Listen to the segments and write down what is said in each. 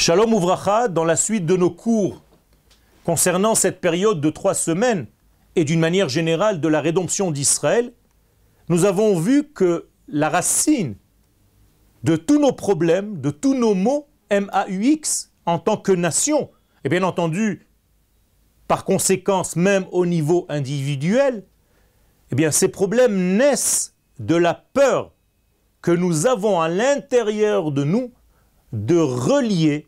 Shalom Uvracha, dans la suite de nos cours concernant cette période de 3 semaines et d'une manière générale de la rédemption d'Israël, nous avons vu que la racine de tous nos problèmes, de tous nos maux, MAUX, en tant que nation, et bien entendu, par conséquence, même au niveau individuel, eh bien ces problèmes naissent de la peur que nous avons à l'intérieur de nous de relier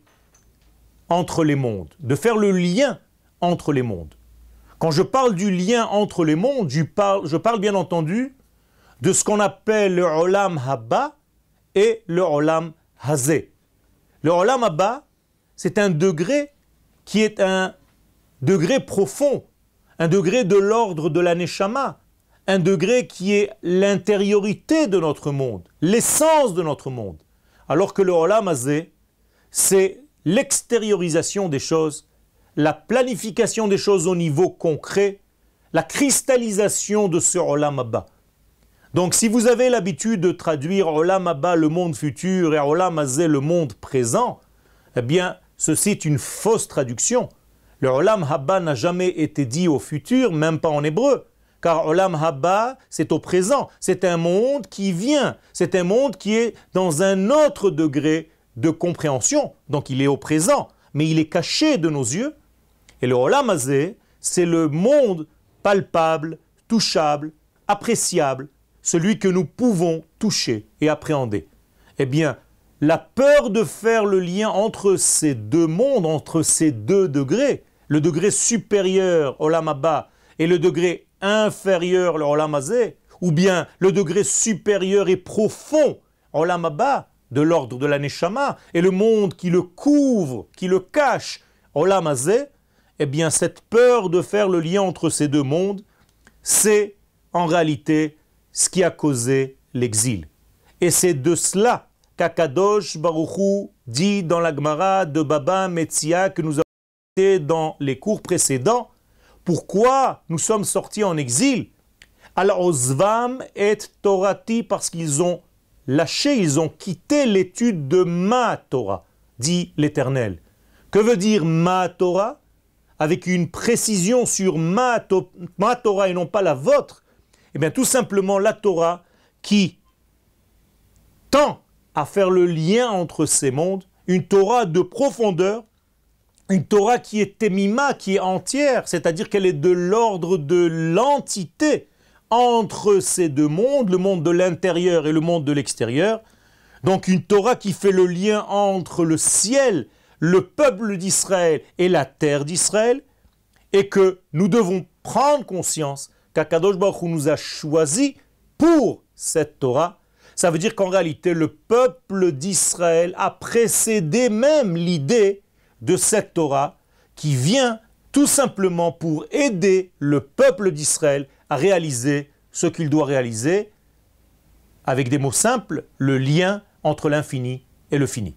entre les mondes, de faire le lien entre les mondes. Quand je parle du lien entre les mondes, je parle bien entendu de ce qu'on appelle le Olam Haba et le Olam Hazé. Le Olam Haba, c'est un degré qui est un degré profond, un degré de l'ordre de la Neshama, un degré qui est l'intériorité de notre monde, l'essence de notre monde. Alors que le Olam Hazé, c'est l'extériorisation des choses, la planification des choses au niveau concret, la cristallisation de ce Olam Haba. Donc si vous avez l'habitude de traduire Olam Haba, le monde futur, et Olam Hazé, le monde présent, eh bien, ceci est une fausse traduction. Le Olam Haba n'a jamais été dit au futur, même pas en hébreu. Car Olam Haba, c'est au présent. C'est un monde qui vient. C'est un monde qui est dans un autre degré de compréhension. Donc il est au présent, mais il est caché de nos yeux. Et le Olam Hazé, c'est le monde palpable, touchable, appréciable, celui que nous pouvons toucher et appréhender. Eh bien, la peur de faire le lien entre ces deux mondes, entre ces deux degrés, le degré supérieur, Olam Haba, et le degré inférieur, le Olam Hazé, ou bien le degré supérieur et profond, Olam Haba, de l'ordre de la Neshama, et le monde qui le couvre, qui le cache, Olam Hazé, eh bien cette peur de faire le lien entre ces deux mondes, c'est en réalité ce qui a causé l'exil. Et c'est de cela qu'Akadosh Baruch Hu dit dans la Gemara de Baba Metzia que nous avons été dans les cours précédents. Pourquoi nous sommes sortis en exil? Alors Ozvam et Torati, parce qu'ils ont lâché, ils ont quitté l'étude de ma Torah, dit l'Éternel. Que veut dire ma Torah? Avec une précision sur ma Torah et non pas la vôtre. Eh bien tout simplement la Torah qui tend à faire le lien entre ces mondes, une Torah de profondeur, une Torah qui est témima, qui est entière, c'est-à-dire qu'elle est de l'ordre de l'entité entre ces deux mondes, le monde de l'intérieur et le monde de l'extérieur. Donc une Torah qui fait le lien entre le ciel, le peuple d'Israël et la terre d'Israël, et que nous devons prendre conscience qu'Akadosh Baruch Hu nous a choisis pour cette Torah. Ça veut dire qu'en réalité, le peuple d'Israël a précédé même l'idée de cette Torah qui vient tout simplement pour aider le peuple d'Israël à réaliser ce qu'il doit réaliser, avec des mots simples, le lien entre l'infini et le fini.